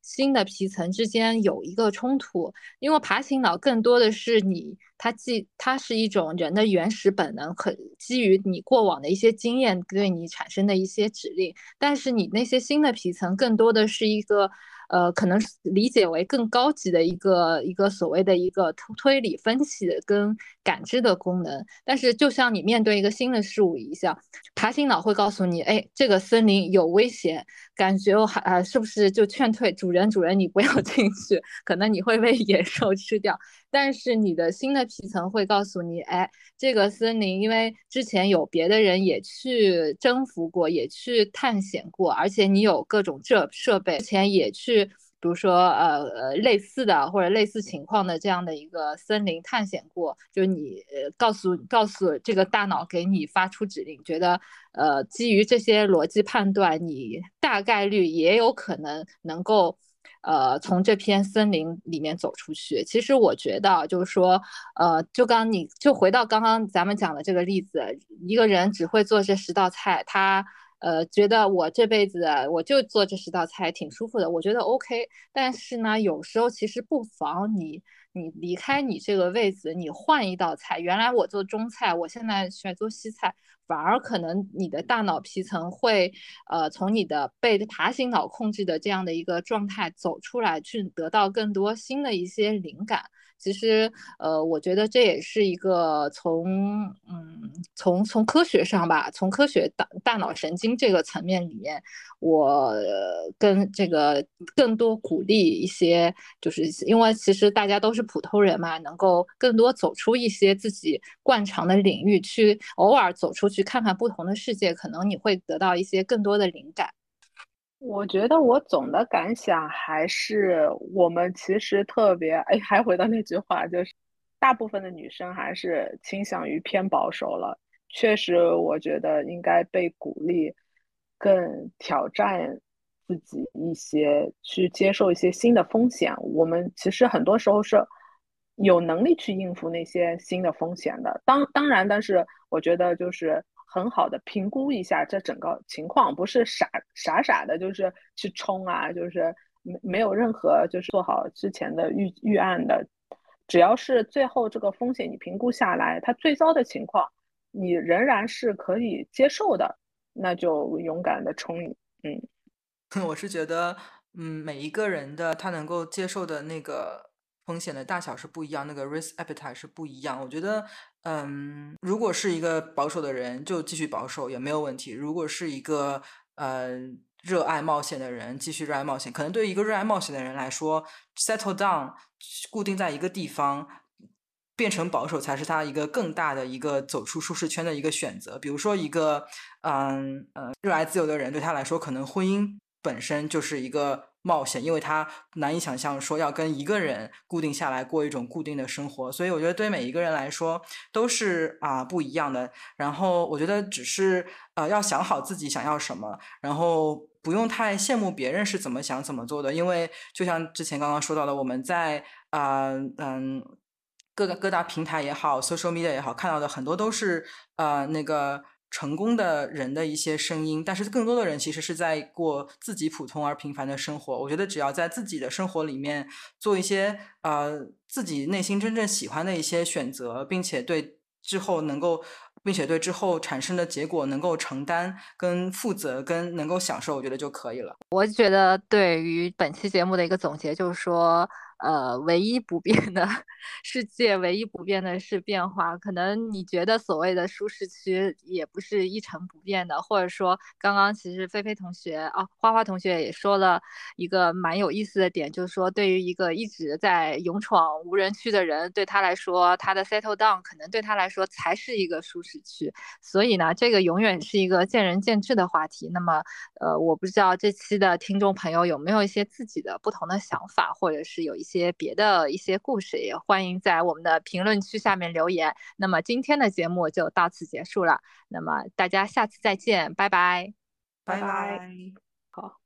新的皮层之间有一个冲突。因为爬行脑更多的是你，它既它是一种人的原始本能，可基于你过往的一些经验对你产生的一些指令，但是你那些新的皮层更多的是一个。呃，可能理解为更高级的一个一个所谓的一个推理分析跟感知的功能。但是，就像你面对一个新的事物一样，爬行脑会告诉你，哎，这个森林有危险，感觉我还啊，是不是就劝退主人？主人你不要进去，可能你会被野兽吃掉。但是你的新的皮层会告诉你，哎，这个森林因为之前有别的人也去征服过，也去探险过，而且你有各种设设备，之前也去。比如说，呃呃，类似的或者类似情况的这样的一个森林探险过，就是你呃告诉告诉这个大脑给你发出指令，觉得呃基于这些逻辑判断，你大概率也有可能能够呃从这片森林里面走出去。其实我觉得就是说，呃，就刚你就回到刚刚咱们讲的这个例子，一个人只会做这十道菜，他。呃，觉得我这辈子我就做这十道菜挺舒服的，我觉得 OK。但是呢，有时候其实不妨你你离开你这个位子，你换一道菜。原来我做中菜，我现在选做西菜，反而可能你的大脑皮层会呃从你的被爬行脑控制的这样的一个状态走出来，去得到更多新的一些灵感。其实，呃，我觉得这也是一个从，嗯，从从科学上吧，从科学大大脑神经这个层面里面，我跟这个更多鼓励一些，就是因为其实大家都是普通人嘛，能够更多走出一些自己惯常的领域，去偶尔走出去看看不同的世界，可能你会得到一些更多的灵感。 我觉得我总的感想还是，我们其实特别，哎，还回到那句话，就是大部分的女生还是倾向于偏保守了。确实，我觉得应该被鼓励，更挑战自己一些，去接受一些新的风险。我们其实很多时候是有能力去应付那些新的风险的。当当然，但是我觉得就是很好的评估一下这整个情况，不是傻傻傻的，就是去冲啊，就是没没有任何就是做好之前的预预案的。只要是最后这个风险你评估下来，它最糟的情况你仍然是可以接受的，那就勇敢的冲。嗯， 我是觉得，嗯，每一个人的他能够接受的那个风险的大小是不一样，那个 risk appetite 是不一样。我觉得，嗯，如果是一个保守的人，就继续保守也没有问题；如果是一个呃热爱冒险的人，继续热爱冒险。可能对于一个热爱冒险的人来说，settle down 固定在一个地方。变成保守才是他一个更大的一个走出舒适圈的一个选择。比如说，一个嗯呃热爱自由的人，对他来说，可能婚姻本身就是一个冒险，因为他难以想象说要跟一个人固定下来过一种固定的生活。所以我觉得对每一个人来说都是啊、呃、不一样的。然后我觉得只是呃要想好自己想要什么，然后不用太羡慕别人是怎么想怎么做的，因为就像之前刚刚说到的，我们在啊 呃、嗯。各个各大平台也好 social media 也好，看到的很多都是呃那个成功的人的一些声音，但是更多的人其实是在过自己普通而平凡的生活。我觉得只要在自己的生活里面做一些呃自己内心真正喜欢的一些选择，并且对之后能够并且对之后产生的结果能够承担跟负责跟能够享受，我觉得就可以了。 我觉得对于本期节目的一个总结就是说，呃，唯一不变的世界，唯一不变的是变化。可能你觉得所谓的舒适区也不是一成不变的，或者说，刚刚其实菲菲同学啊，花花同学也说了一个蛮有意思的点，就是说，对于一个一直在勇闯无人区的人，对他来说，他的 settle down 可能对他来说才是一个舒适区。所以呢，这个永远是一个见仁见智的话题。那么，呃，我不知道这期的听众朋友有没有一些自己的不同的想法，或者是有一些别的一些故事，也欢迎在我们的评论区下面留言。那么今天的节目就到此结束了，那么大家下次再见，拜拜。 拜拜。 拜拜。 好。